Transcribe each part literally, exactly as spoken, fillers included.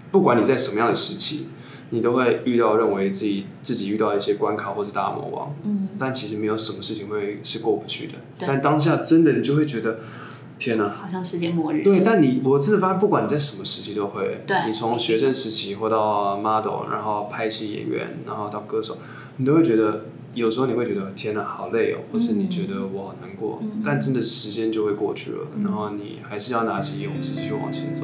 不管你在什么样的时期，你都会遇到认为自己自己遇到一些关卡或是大魔王，嗯，但其实没有什么事情会是过不去的。但当下真的你就会觉得，天哪， 好像世界末日。 对，但你我真的发现，不管你在什么时期都会， 对， 你从学生时期或到 model， 然后拍戏演员，然后到歌手，你都会觉得。有时候你会觉得天哪好累哦，或是你觉得我好难过，嗯、但真的时间就会过去了，嗯、然后你还是要拿起勇气继续往前走。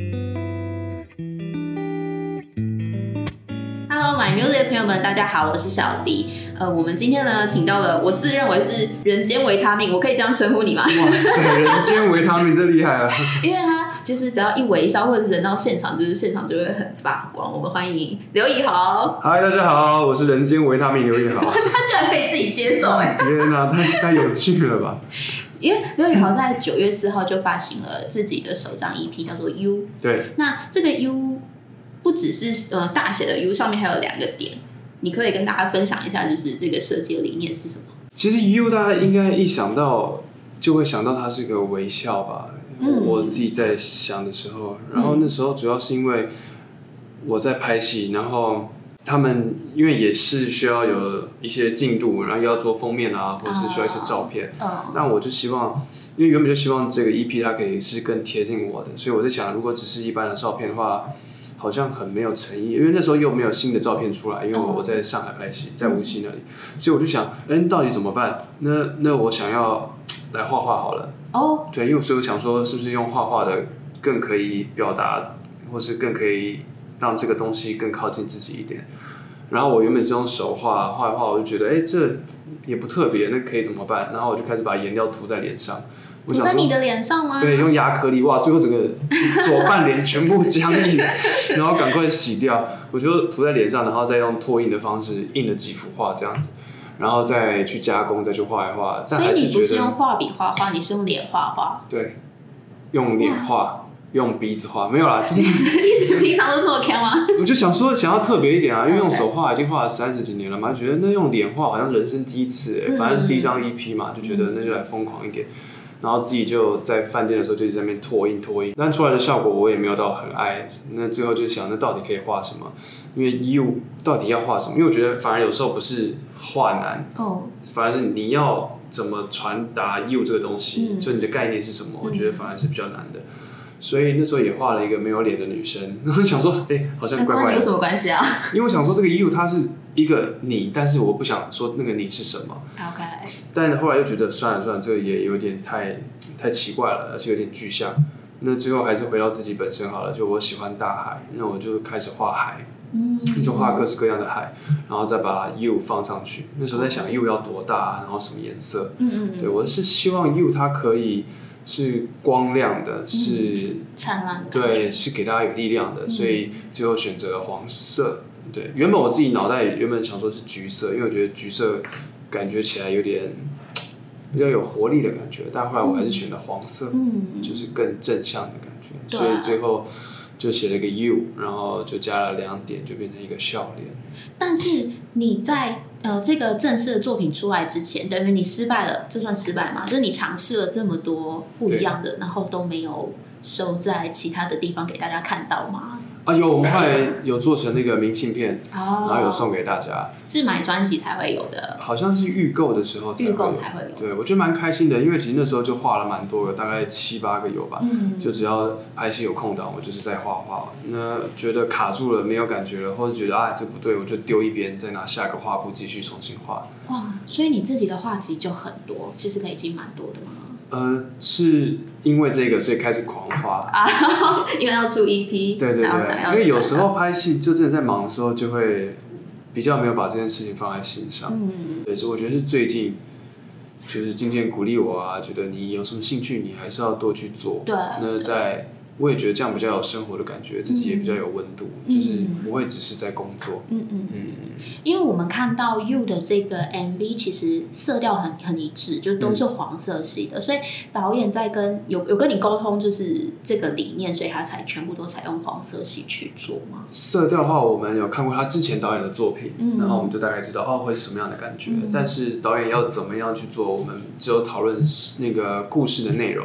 Hello My Music 的朋友们，大家好，我是小迪。呃，我们今天呢，请到了我自认为是人间维他命，我可以这样称呼你吗？ 哇塞，人间维他命，这厉害了！ 因为他其实只要一微笑，或者是人到现场，就是现场就会很发光。我们欢迎刘以豪。 嗨，大家好，我是人间维他命刘以豪。 他居然可以自己接手哎！ 天哪，太太有趣了吧！ 因为刘以豪在九月四号就发行了自己的首张 E P， 叫做 U。 对。 那这个 U 不只是呃大写的 U， 上面还有两个点。你可以跟大家分享一下，就是这个设计的理念是什么？ 其实 U 大家应该一想到就会想到它是个微笑吧。嗯、我自己在想的时候，然后那时候主要是因为我在拍戏，然后他们因为也是需要有一些进度，然后要做封面啊，或者是需要一些照片。哦、那我就希望，因为原本就希望这个 E P 它可以是更贴近我的，所以我在想，如果只是一般的照片的话。好像很没有诚意，因为那时候又没有新的照片出来，因为我在上海拍戏，在无锡那里，所以我就想，哎，到底怎么办？那那我想要来画画好了。哦，对，因为所以我想说，是不是用画画的更可以表达，或是更可以让这个东西更靠近自己一点。然后我原本是用手画，画一画，我就觉得，哎，这也不特别，那可以怎么办？然后我就开始把颜料涂在脸上。 涂在你的脸上吗？ 对，用亚克力，哇，最后整个左半脸全部僵硬，然后赶快洗掉。我就涂在脸上，然后再用拓印的方式印了几幅画这样子，然后再去加工，再去画一画。 所以你不是用画笔画画，你是用脸画画？ 对，用脸画，用鼻子画，没有啦，就是你平常都这么看吗？ 我就想说想要特别一点啊，因为用手画已经画了三十几年了嘛，觉得那用脸画好像人生第一次哎、欸，反正是第一张 E P 嘛，就觉得那就来疯狂一点。然后自己就在饭店的时候就一直在那边拓印拓印，但出来的效果我也没有到很爱。那最后就想，那到底可以画什么？因为 U 到底要画什么？因为我觉得反而有时候不是画难，哦，反而是你要怎么传达 U 这个东西，嗯、就你的概念是什么？我觉得反而是比较难的。所以那时候也画了一个没有脸的女生，然后想说，哎、欸，好像怪怪的。 跟你有什么关系啊？ 因为我想说这个 U 它是一个你，但是我不想说那个你是什么。 OK。 但后来又觉得算了算了，这个也有点太太奇怪了，而且有点具象。那最后还是回到自己本身好了，就我喜欢大海，那我就开始画海，嗯，就画各式各样的海，然后再把 U 放上去。那时候在想 U 要多大，然后什么颜色，嗯嗯嗯，对我是希望 U 它可以。是光亮的，是灿烂的， 对，是给大家有力量的，嗯、所以最后选择了黄色。对，原本我自己脑袋原本想说是橘色，因为我觉得橘色感觉起来有点比较有活力的感觉，但后来我还是选了黄色，嗯，就是更正向的感觉，所以最后就写了一个 U， 然后就加了两点，就变成一个笑脸。 但是你在呃这个正式的作品出来之前，等于你失败了，这算失败吗？就是你尝试了这么多不一样的，然后都没有收在其他的地方给大家看到吗？ 啊，有，我们后来有做成那个明信片，哦、然后有送给大家。 是买专辑才会有的， 好像是预购的时候才会有， 预购才会有。 对，我觉得蛮开心的，因为其实那时候就画了蛮多的，大概七八个有吧。嗯，就只要拍戏有空档，我就是在画画。那觉得卡住了，没有感觉了，或者觉得啊这不对，我就丢一边，再拿下个画布继续重新画。 哇，所以你自己的画集就很多，其实累积蛮多的吗？ 呃，是因为这个所以开始狂画啊， 因为要出 E P， 对对对，因为有时候拍戏就真的在忙的时候，就会比较没有把这件事情放在心上。嗯，对，所以我觉得是最近就是经纪人鼓励我啊，觉得你有什么兴趣，你还是要多去做。 对， 那在。我也觉得这样比较有生活的感觉，自己也比较有温度，嗯、就是不会只是在工作。嗯嗯嗯。 因为我们看到 You 的这个 M V， 其实色调很很一致，就都是黄色系的，嗯、所以导演在跟有有跟你沟通，就是这个理念，所以他才全部都采用黄色系去做嘛。 色调的话，我们有看过他之前导演的作品，嗯、然后我们就大概知道哦会是什么样的感觉，嗯、但是导演要怎么样去做，我们只有讨论那个故事的内容，哦、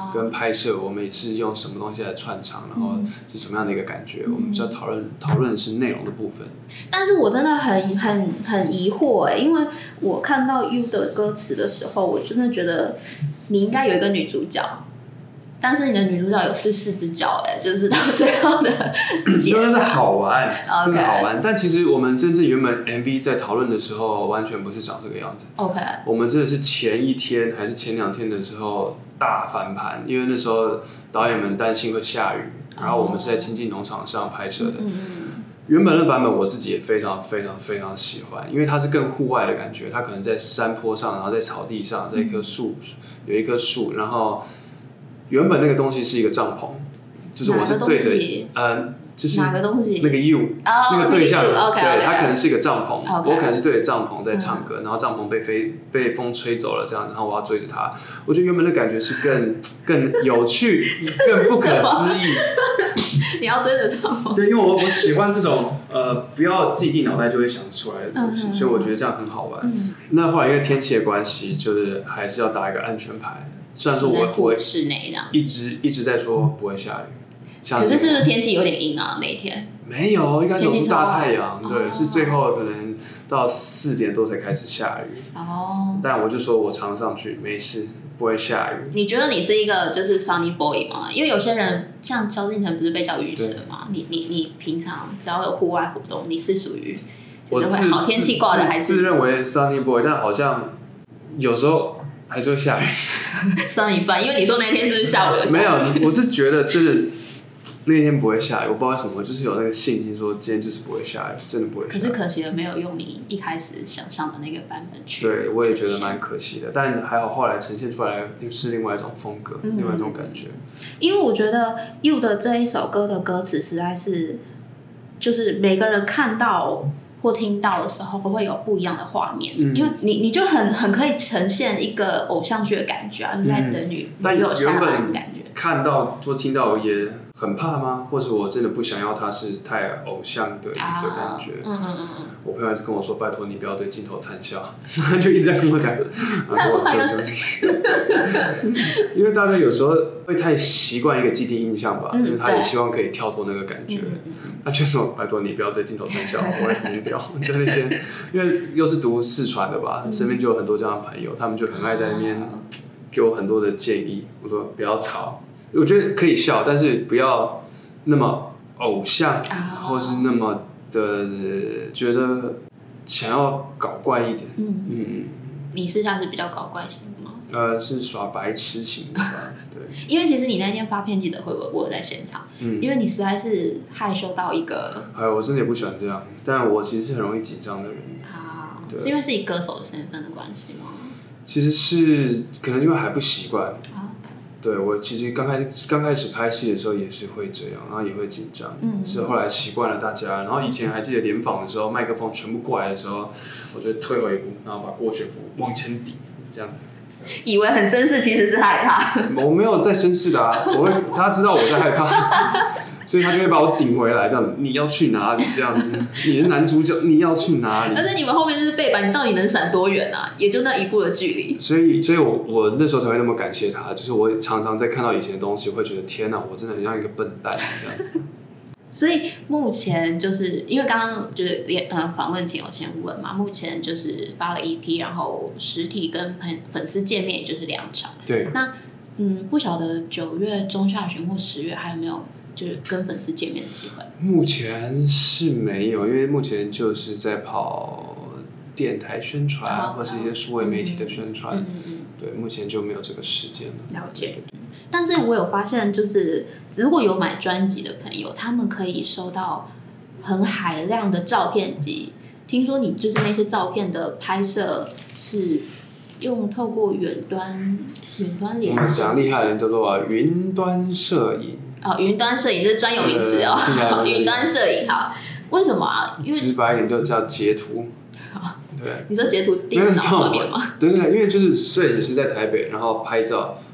跟拍摄，我们也是用什么东西来串场，然后是什么样的一个感觉，嗯、我们是要讨论讨论的是内容的部分。 但是我真的很很很疑惑哎，因为我看到 You 的歌词的时候，我真的觉得你应该有一个女主角。但是你的女主角有是四只脚哎，就是到最后的结果， 那是好玩， okay. 真的好玩。但其实我们真正原本 M V 在讨论的时候，完全不是长这个样子。 OK， 我们真的是前一天还是前两天的时候大翻盘，因为那时候导演们担心会下雨，然后我们是在清境农场上拍摄的。 嗯原本的版本我自己也非常非常非常喜欢，因为它是更户外的感觉，它可能在山坡上，然后在草地上，在一棵树，有一棵树，然后。原本那个东西是一个帐篷，就是我是对着，嗯，就是哪个东西？ 那个 you，、oh, 那个对象， okay, okay. 对，它可能是一个帐篷， okay. 我可能是对着帐篷在唱歌，嗯、然后帐篷被飞被风吹走了，这样，然后我要追着它。我觉得原本的感觉是更更有趣、更不可思议。 你要追着帐篷？ 对，因为我我喜欢这种呃，不要自己定脑袋就会想出来的东西， 嗯、 所以我觉得这样很好玩。嗯、那后来因为天气的关系，就是还是要打一个安全牌。虽然说我我室内这样一直一直在说不会下雨， 可是是不是天气有点阴啊？那一天没有，一开始有出大太阳，对， 哦、 是最后可能到四点多才开始下雨。 哦， 但我就说我常上去，没事，不会下雨。 你觉得你是一个就是 sunny boy 吗？因为有些人像萧敬腾不是被叫雨神吗？你你你平常只要有户外活动，你是属于就是会好天气挂的，还是自认为 sunny boy， 但好像有时候。还是会下雨， 上一半，因为你说那天是不是下午有下雨？ 没有，我是觉得真的那天不会下雨，我不知道为什么，就是有那个信心说今天就是不会下雨，真的不会下雨。 可是可惜了，没有用你一开始想象的那个版本去。 对，我也觉得蛮可惜的，但还好后来呈现出来又是另外一种风格，嗯、另外一种感觉。 因为我觉得 You 的这一首歌的歌词实在是，就是每个人看到。或听到的时候会有不一样的画面，嗯、因为你你就很很可以呈现一个偶像剧的感觉啊，就是在等女女友下班的感觉。 看到或听到也很怕吗？或者我真的不想要它是太偶像的一个感觉。啊、嗯嗯嗯嗯。我朋友一直跟我说：“拜托你不要对镜头灿笑。”他就一直在跟我讲，然后我就因为大家有时候会太习惯一个既定印象吧，嗯、因为他也希望可以跳脱那个感觉。那就说：“拜托你不要对镜头灿笑，我会疯掉。”就那些，因为又是读四传的吧，嗯、身边就有很多这样的朋友，他们就很爱在那边给我很多的建议。我说：“不要吵。”我觉得可以笑，但是不要那么偶像，啊、或是那么的觉得想要搞怪一点。嗯嗯， 你私下是比较搞怪型的吗？ 呃，是耍白痴型的吧？对。 因为其实你那天发片记者会，我我有在现场，嗯，因为你实在是害羞到一个。 哎，我真的也不喜欢这样，但我其实是很容易紧张的人。 啊，是因为是以歌手的身份的关系吗？ 其实是可能因为还不习惯。啊。对，我其实刚开始刚开始拍戏的时候也是会这样，然后也会紧张，嗯，是后来习惯了大家，然后以前还记得联访的时候，麦克风全部过来的时候，我就退回一步，然后把过学服往前抵，这样。 以为很绅士，其实是害怕。 我没有在绅士的啊，我会他知道我在害怕，所以他就会把我顶回来，这样子。你要去哪里？这样子，你是男主角，你要去哪里？ 而且你们后面就是背板，你到底能闪多远啊？也就那一步的距离。 所以，所以我我那时候才会那么感谢他，就是我常常在看到以前的东西，会觉得天哪，我真的很像一个笨蛋这样子。 所以目前就是因为刚刚就是呃访问前有先问嘛，目前就是发了 E P， 然后实体跟粉丝见面也就是两场。 对。 那嗯，不晓得九月中下旬或十月还有没有就是跟粉丝见面的机会？目前是没有，因为目前就是在跑电台宣传，哦、或是一些数位媒体的宣传。嗯嗯嗯。对，目前就没有这个时间了。 了解。但是我有发现，就是如果有买专辑的朋友，他们可以收到很海量的照片集。听说你就是那些照片的拍摄是用透过远端远端联系， 讲厉害的人叫做云端摄影。 哦，云端摄影这是专有名词哦。云端摄影好，为什么啊？因为直白一点就叫截图。对， 你说截图电脑画面吗？ 对对，因为就是摄影师在台北，然后拍照。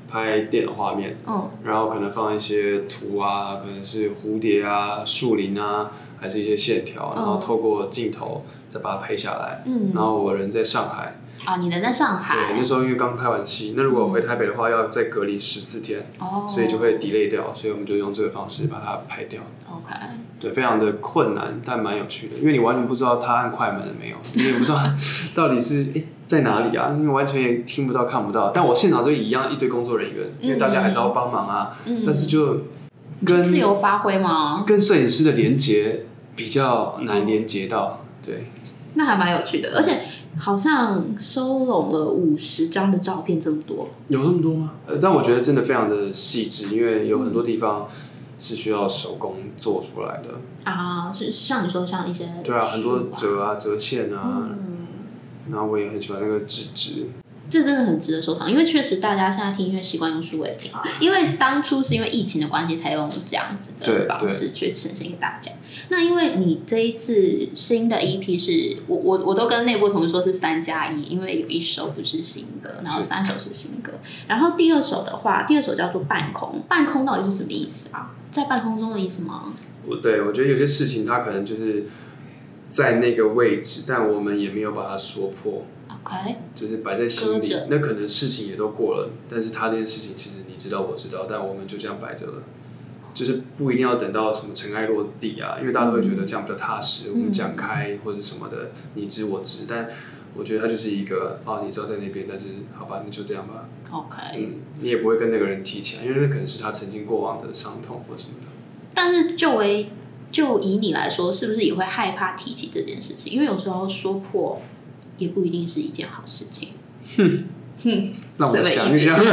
拍电脑画面， 嗯， 然后可能放一些图啊，可能是蝴蝶啊、树林啊，还是一些线条，然后透过镜头再把它拍下来。嗯，然后我人在上海。 啊，你人在上海。 对，那时候因为刚拍完戏，那如果回台北的话，要再隔离十四天，哦，所以就会 delay 掉，所以我们就用这个方式把它拍掉。 OK。 对，非常的困难，但蛮有趣的，因为你完全不知道他按快门了没有，你也不知道到底是哎在哪里啊，因为完全也听不到看不到。但我现场就一样一堆工作人员，因为大家还是要帮忙啊，嗯、但是就跟自由发挥吗？ 跟摄影师的连接比较难连接到，对。 那还蛮有趣的，而且好像收拢了五十张的照片，这么多。 有那么多吗？呃，但我觉得真的非常的细致，因为有很多地方是需要手工做出来的。 啊，是像你说的，像一些对啊，很多折啊、折线啊，嗯、然后我也很喜欢那个纸质。 这真的很值得收藏，因为确实大家现在听音乐习惯用数位听，因为当初是因为疫情的关系才用这样子的方式去呈现给大家。那因为你这一次新的 E P 是我我我都跟内部同事说是三加一，因为有一首不是新歌，然后三首是新歌，然后第二首的话，第二首叫做半空，半空到底是什么意思啊？在半空中的意思吗？ 我对我觉得有些事情它可能就是在那个位置，但我们也没有把它说破。 Okay. 就是摆在心里，那可能事情也都过了，但是他这件事情其实你知道我知道，但我们就这样摆着了，就是不一定要等到什么尘埃落地啊，因为大家都会觉得这样比较踏实，嗯、我们讲开或者什么的，你知我知，但我觉得它就是一个啊，你知道在那边，但是好吧，那就这样吧。 OK， 嗯，你也不会跟那个人提起来，因为那可能是他曾经过往的伤痛或什么的。 但是就为就以你来说，是不是也会害怕提起这件事情？因为有时候说破。也不一定是一件好事情。 哼哼，让我想一想。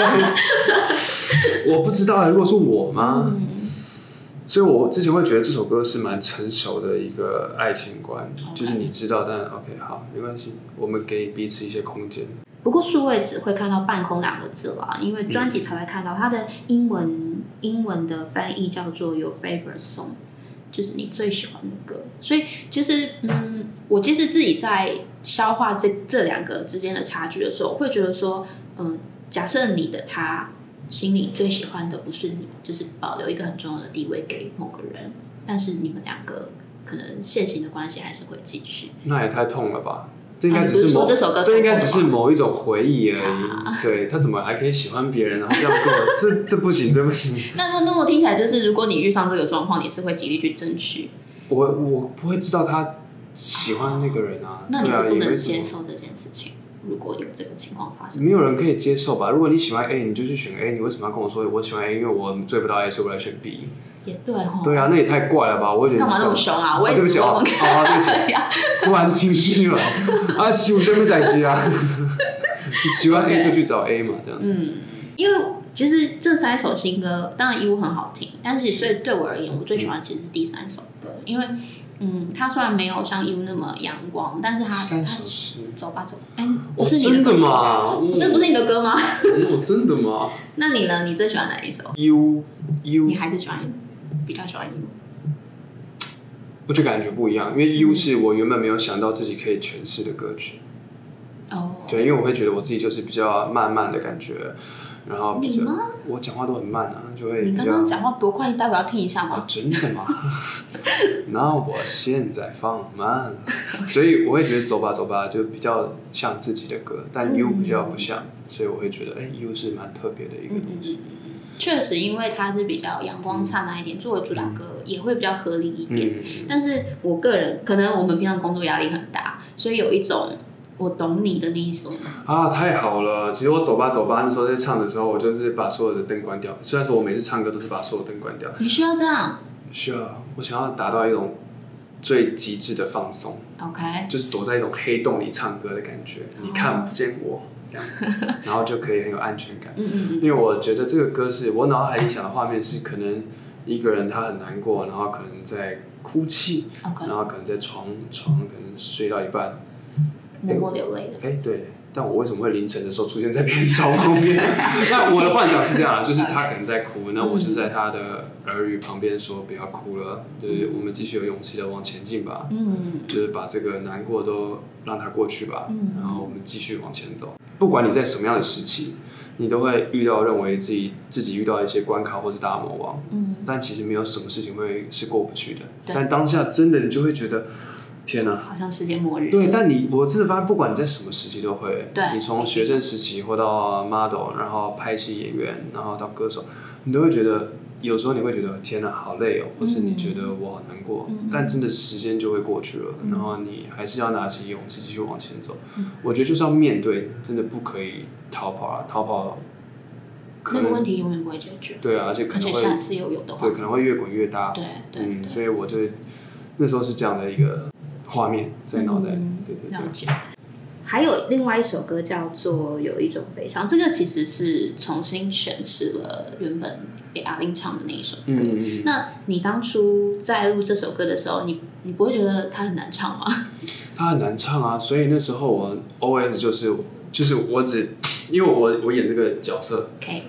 我不知道，如果是我吗？嗯、所以我之前会觉得这首歌是蛮成熟的一个爱情观， okay. 就是你知道，但 OK 好，没关系，我们给彼此一些空间。 不过数位只会看到半空两个字啦，因为专辑才会看到它的英文英文的翻译叫做 Your Favorite Song。就是你最喜欢的歌，所以其实，嗯，我其实自己在消化这这两个之间的差距的时候，会觉得说，嗯，假设你的他心里最喜欢的不是你，就是保留一个很重要的地位给某个人，但是你们两个可能现行的关系还是会继续。 那也太痛了吧？这应该只是某、 啊、这首歌这应该只是某一种回忆而已。啊、对，他怎么还可以喜欢别人，然后这样做？这这不行，这不行。 那么那么听起来就是，如果你遇上这个状况，你是会极力去争取。 我我不会知道他喜欢那个人啊。 那你是不能接受这件事情。如果有这个情况发生， 没有人可以接受吧？如果你喜欢 A， 你就去选 A， 你为什么要跟我说我喜欢 A？ 因为我追不到 A， 所以我来选 B。 也对哦。 对啊，那也太怪了吧！我觉得干嘛那么凶啊？我也是。 对不起啊，啊，对不起，突然情绪了啊！喜欢什么代志啊？你喜欢 A 就去找 A 嘛，这样子。 嗯，因为其实这三首新歌，当然一物很好听，但是对对我而言，我最喜欢其实是第三首歌，因为嗯，它虽然没有像一物那么阳光，但是它它走吧走，哎，不是你的歌吗？ 这不是你的歌吗？ 哦，真的吗？ 那你呢？你最喜欢哪一首 ？U U， 你还是喜欢比较喜欢 U？ 我就感觉不一样，因为 U 是我原本没有想到自己可以诠释的歌曲。 哦。 对，因为我会觉得我自己就是比较慢慢的感觉。然后比较，我讲话都很慢啊，就会。 你刚刚讲话多快？你待会要听一下吗？ 啊、真的吗？那我现在放慢了，所以我会觉得走吧走吧就比较像自己的歌，但 U 比较不像，嗯、所以我会觉得，哎 ，U 是蛮特别的一个东西。 确、嗯、实，因为它是比较阳光灿烂一点，作为主打歌也会比较合理一点。嗯、但是我个人可能我们平常工作压力很大，所以有一种。我懂你的那一首啊，太好了！其实我走吧走吧那时候在唱的时候，我就是把所有的灯关掉。虽然说我每次唱歌都是把所有灯关掉。 你需要这样？ 需要，我想要达到一种最极致的放松。 OK， 就是躲在一种黑洞里唱歌的感觉，你看不见我这样，然后就可以很有安全感。嗯嗯因为我觉得这个歌是我脑海里想的画面是，可能一个人他很难过，然后可能在哭泣， okay. 然后可能在床床可能睡到一半。 默默流泪的。 哎，对，但我为什么会凌晨的时候出现在别人床旁边？那我的幻想是这样，就是他可能在哭，那我就在他的耳语旁边说不要哭了，就是我们继续有勇气的往前进吧，嗯，就是把这个难过都让它过去吧，嗯，然后我们继续往前走。不管你在什么样的时期， 你都会遇到认为自己自己遇到一些关卡或是大魔王，嗯，但其实没有什么事情会是过不去的。但当下真的你就会觉得，天哪， 好像世界末日。 对，但你我真的发现，不管你在什么时期都会， 对， 你从学生时期或到 model， 然后拍戏演员，然后到歌手，你都会觉得。有时候你会觉得天哪好累哦，或是你觉得我好难过，嗯、但真的时间就会过去了，嗯、然后你还是要拿起勇气继续往前走。嗯、我觉得就是要面对，真的不可以逃跑啊！逃跑那个问题永远不会解决。 对啊，而且可能会而且下次又有的话， 对，可能会越滚越大。 对对嗯，所以我就那时候是这样的一个画面在脑袋。嗯、对对对。 了解。还有另外一首歌叫做《有一种悲伤》，这个其实是重新诠释了原本给阿玲唱的那一首歌。嗯、那你当初在录这首歌的时候，你你不会觉得它很难唱吗？ 它很难唱啊，所以那时候我 O S 就是就是我只因为我我演这个角色 K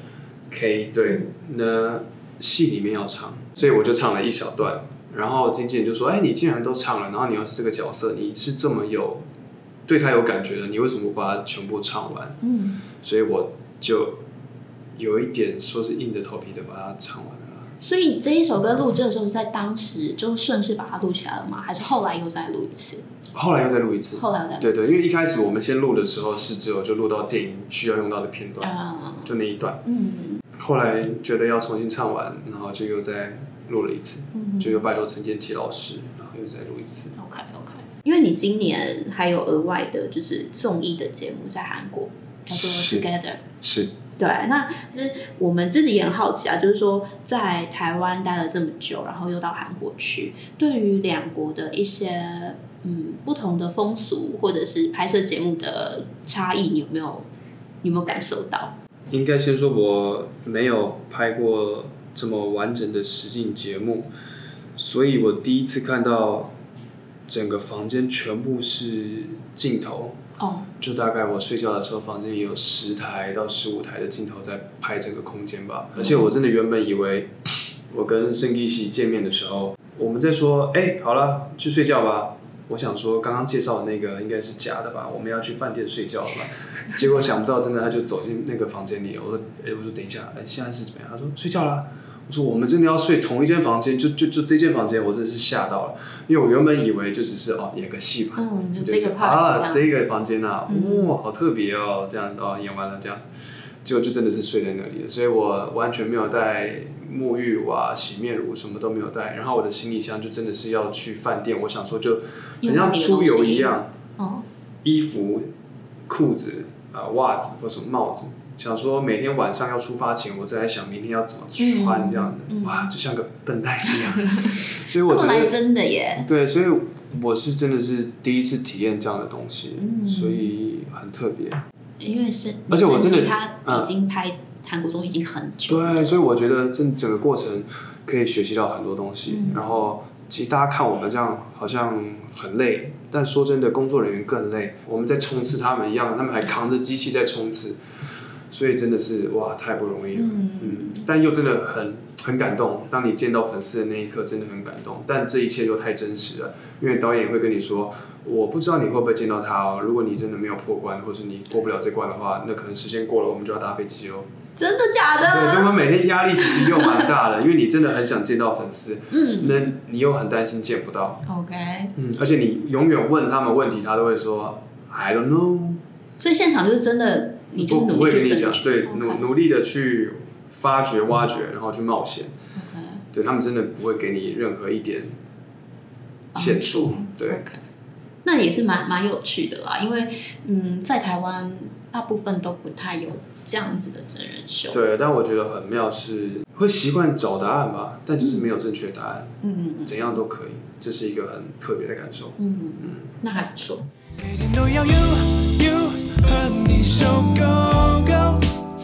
K 对，那戏里面要唱，所以我就唱了一小段，然后经纪人就说：“哎，你既然都唱了，然后你又是这个角色，你是这么有。”对他有感觉的，你为什么不把它全部唱完？嗯，所以我就有一点说是硬着头皮的把它唱完了。 所以这一首歌录制的时候是在当时就顺势把它录起来了吗？还是后来又再录一次？ 后来又再录一次。 后来又再录一次。 对对，因为一开始我们先录的时候是只有就录到电影需要用到的片段，嗯、就那一段。嗯。后来觉得要重新唱完，然后就又再录了一次，嗯、就又拜托陈建骐老师，然后又再录一次。 OK OK。因为你今年还有额外的，就是综艺的节目在韩国，叫做 Together。 是。 对，那是我们自己也很好奇啊，就是说在台湾待了这么久，然后又到韩国去，对于两国的一些嗯不同的风俗或者是拍摄节目的差异，你有没有你有没有感受到？ 应该先说我没有拍过这么完整的实境节目，所以我第一次看到。整个房间全部是镜头，哦，就大概我睡觉的时候，房间也有十台到十五台的镜头在拍整个空间吧。而且我真的原本以为，我跟盛基熙见面的时候，我们在说，哎、欸，好了，去睡觉吧。我想说，刚刚介绍的那个应该是假的吧？我们要去饭店睡觉了吧？结果想不到，真的他就走进那个房间里。我说，哎、欸，我说等一下，哎、欸，现在是怎么样？他说睡觉啦。我说我们真的要睡同一间房间，就就就这间房间，我真的是吓到了，因为我原本以为就只是哦演个戏嘛， 嗯，就这个 part 啊，这个房间啊，嗯、哇，好特别哦，这样哦演完了这样，结果就真的是睡在那里了，所以我完全没有带沐浴乳啊、洗面乳，什么都没有带，然后我的行李箱就真的是要去饭店，我想说就很像出游一样，哦、衣服、裤子啊、袜子或什么帽子。想说每天晚上要出发前，我在想明天要怎么穿这样子，嗯嗯、哇，就像个笨蛋一样。所以我觉得来真的耶。 对，所以我是真的是第一次体验这样的东西，嗯、所以很特别。 因为是， 而且我真的他已经拍韩国综艺已经很久了。 对，所以我觉得这整个过程可以学习到很多东西。嗯、然后其实大家看我们这样好像很累，但说真的，工作人员更累。我们在冲刺他们一样，他们还扛着机器在冲刺。所以真的是哇，太不容易了，嗯，嗯但又真的很很感动。当你见到粉丝的那一刻，真的很感动。但这一切又太真实了，因为导演会跟你说，我不知道你会不会见到他哦。如果你真的没有破关，或是你过不了这关的话，那可能时间过了，我们就要搭飞机哦。 真的假的？ 对，所以我们每天压力其实又蛮大的，因为你真的很想见到粉丝，嗯，那你又很担心见不到 ，OK， 嗯，而且你永远问他们问题，他都会说 I don't know。 所以现场就是真的。你就不会跟你讲，对， okay. 努努力的去发掘、挖掘，然后去冒险。 Okay. 对他们真的不会给你任何一点线索。对， okay. 那也是蛮蛮有趣的啦，因为嗯，在台湾大部分都不太有这样子的真人秀。 对，但我觉得很妙是会习惯找答案吧，但就是没有正确答案。 嗯嗯嗯， 怎样都可以，这是一个很特别的感受。 嗯嗯嗯，那还不错。 每天都要 you you 和你手 go go。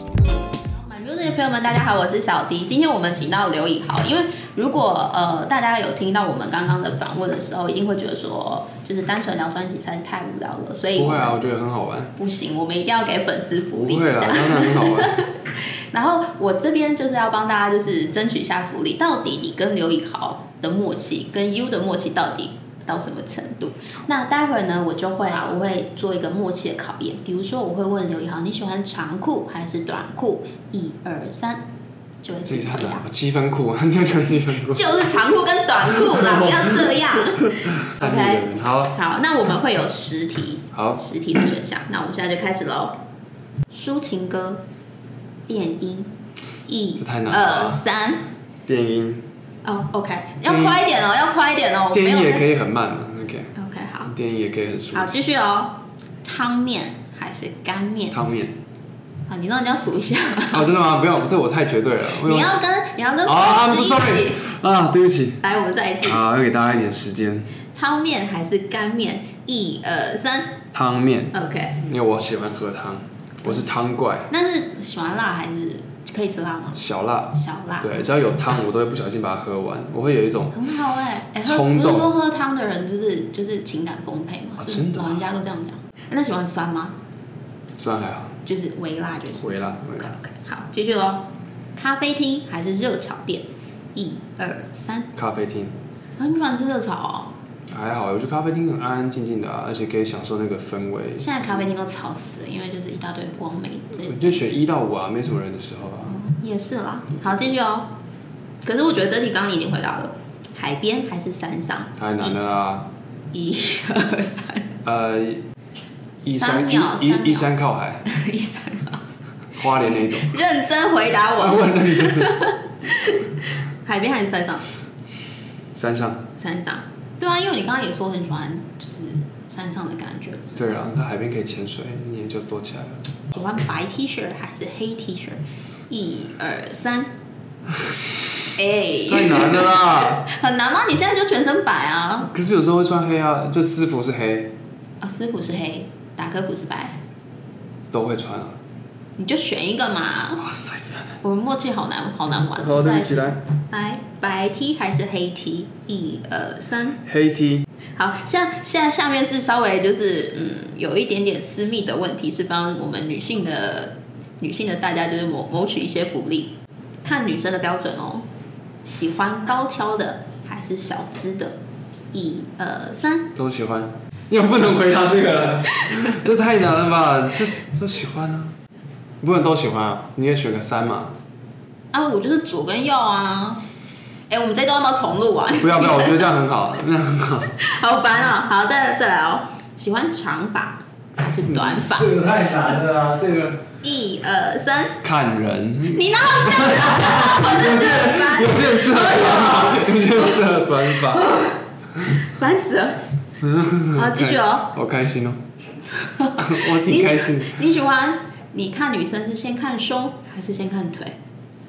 My Music 的朋友们，大家好，我是小迪。今天我们请到刘以豪，因为如果呃大家有听到我们刚刚的访问的时候，一定会觉得说，就是单纯聊专辑实在是太无聊了，所以不会啊，我觉得很好玩。 不行，我们一定要给粉丝福利一下。 不会啊，当然很好玩。 然后我这边就是要帮大家就是争取一下福利，到底你跟刘以豪的默契跟 U 的默契到底到什么程度。那待会儿呢，我就会我会做一个默契的考验，比如说我会问刘一豪，你喜欢长裤还是短裤？一二三，就会这个太难回答。 了，七分裤，就讲七分裤， 就是长裤跟短裤啦，不要这样。OK， 好， 好，那我们会有十题， 好， 十题的选项。那我们现在就开始喽。抒情歌，电音，一这太难了二三。 电音， 哦 ，OK， 要快一点哦，要快一点哦。 电音也可以很慢嘛 ，OK。 OK， 好。 电音也可以很舒服。 好，继续哦。汤面还是干面？ 汤面。 好，你让人家数一下。 哦，真的吗？不用，这我太绝对了。 你要跟你要跟啊粉丝一起。 啊，对不起。 来，我们再一次。 好，要给大家一点时间。 汤面还是干面？一二三。 汤面。 OK。 因为我喜欢喝汤，我是汤怪。 那是喜欢辣还是可以吃辣吗？ 小辣。 小辣。 对，只要有汤，我都会不小心把它喝完，我会有一种很好哎、欸， 冲动。 不是说喝汤的人就是就是情感丰沛嘛？ 啊，真的、啊。 老人家都这样讲。那喜欢酸吗？ 酸还好。 就是微辣，就是。 微辣，微辣。 OK OK， 好，继续喽。咖啡厅还是热炒店？一二三。 咖啡厅。 啊，你喜欢吃热炒哦？ 还好，我觉得咖啡厅很安安静静的啊，而且可以享受那个氛围。 现在咖啡厅都吵死了，因为就是一大堆光美。 我就选一到五啊，没什么人的时候啊。 嗯、也是啦。好，继续哦。可是我觉得这题刚刚你已经回答了，海边还是山上？ 太难了啦。 一二三。 呃，一山一一一山靠海。 一山靠。 花莲那种。 认真回答我。 我很认真。 海边还是山上？ 山上。 山上。对啊，因为你刚刚也说很喜欢就是山上的感觉。 对啊，它海边可以潜水，你也就多起来了。 喜欢白 T 恤还是黑 T 恤？一二三。哎， 太难了啦！ 很难吗？你现在就全身白啊。 可是有时候会穿黑啊，就私服是黑。 啊、哦，私服是黑，打歌服是白。 都会穿啊。 你就选一个嘛。 哇塞，真的。 我们默契好难，好难玩。 好，对不起，来。 来，白 T 还是黑 T？一二三。 黑 T。 好，像现在下面是稍微就是嗯有一点点私密的问题，是帮我们女性的女性的大家就是谋谋取一些福利。看女生的标准哦，喜欢高挑的还是小资的？一二三。 都喜欢。你又不能回答这个了，这太难了吧？这都喜欢啊，不能都喜欢啊，你也选个三嘛。 啊，我就是左跟右啊。哎、欸，我们这段要不要重录啊？ 不要不要，我觉得这样很好，这样很好。 好烦哦、喔！好，再来再来哦、喔。喜欢长发还是短发？ 这个太难了啊！这个。 一二三。看人。 你哪有这样啊？我真的很烦。 有些人适合短发，有些人适合短发。 烦死了。好，继续哦。 好开心哦。我挺开心。 你, 你喜欢？你看女生是先看胸还是先看腿？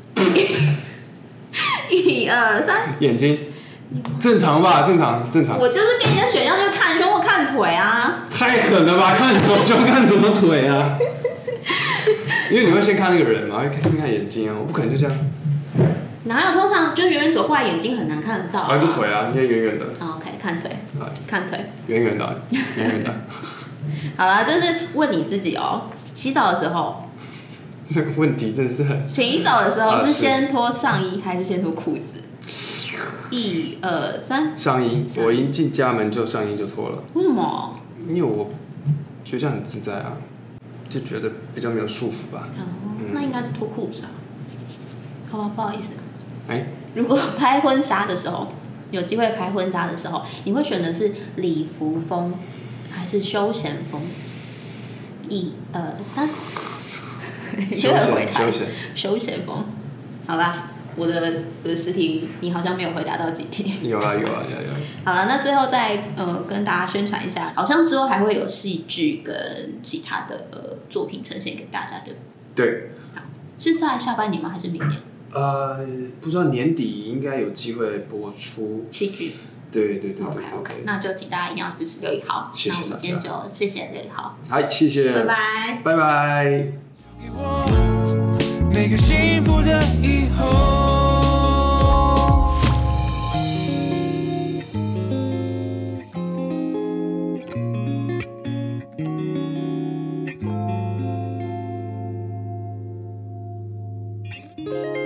一二三。 眼睛。正常吧，正常正常。 我就是给你的选项就是看胸或看腿啊。 太狠了吧！看什么胸，看什么腿啊？因为你会先看那个人嘛，会先看眼睛啊，我不可能就这样。 哪有？通常就远远走过来，眼睛很难看得到、啊。 啊，就腿啊，因为远远的。 哦 OK， 看腿。看腿。 远远的，远远的。 好啦，这是问你自己哦。洗澡的时候。 这个问题真的是很。 洗澡的时候是先脱上衣还是先脱裤子？一二三。 上衣，我一进家门就上衣就脱了。 为什么？ 因为我觉得这样很自在啊，就觉得比较没有束缚吧。 哦，嗯、那应该是脱裤子啊。好吧，不好意思。 哎、欸， 如果拍婚纱的时候，有机会拍婚纱的时候，你会选的是礼服风还是休闲风？一二三。 休闲休闲休闲风，好吧。我的我的实题你好像没有回答到几题。 有啊有啊有啊有啊。 好了，那最后再呃跟大家宣传一下，好像之后还会有戏剧跟其他的、呃、作品呈现给大家，对不对？对。 好，是在下半年吗？还是明年？ 呃，不知道年底应该有机会播出戏剧。 对对对对 OK OK， 那就请大家一定要支持刘以豪。 谢谢大家。 那我们今天就谢谢刘以豪。 好，谢谢。 拜拜。 拜拜。 每个幸福的以后。 Thank you.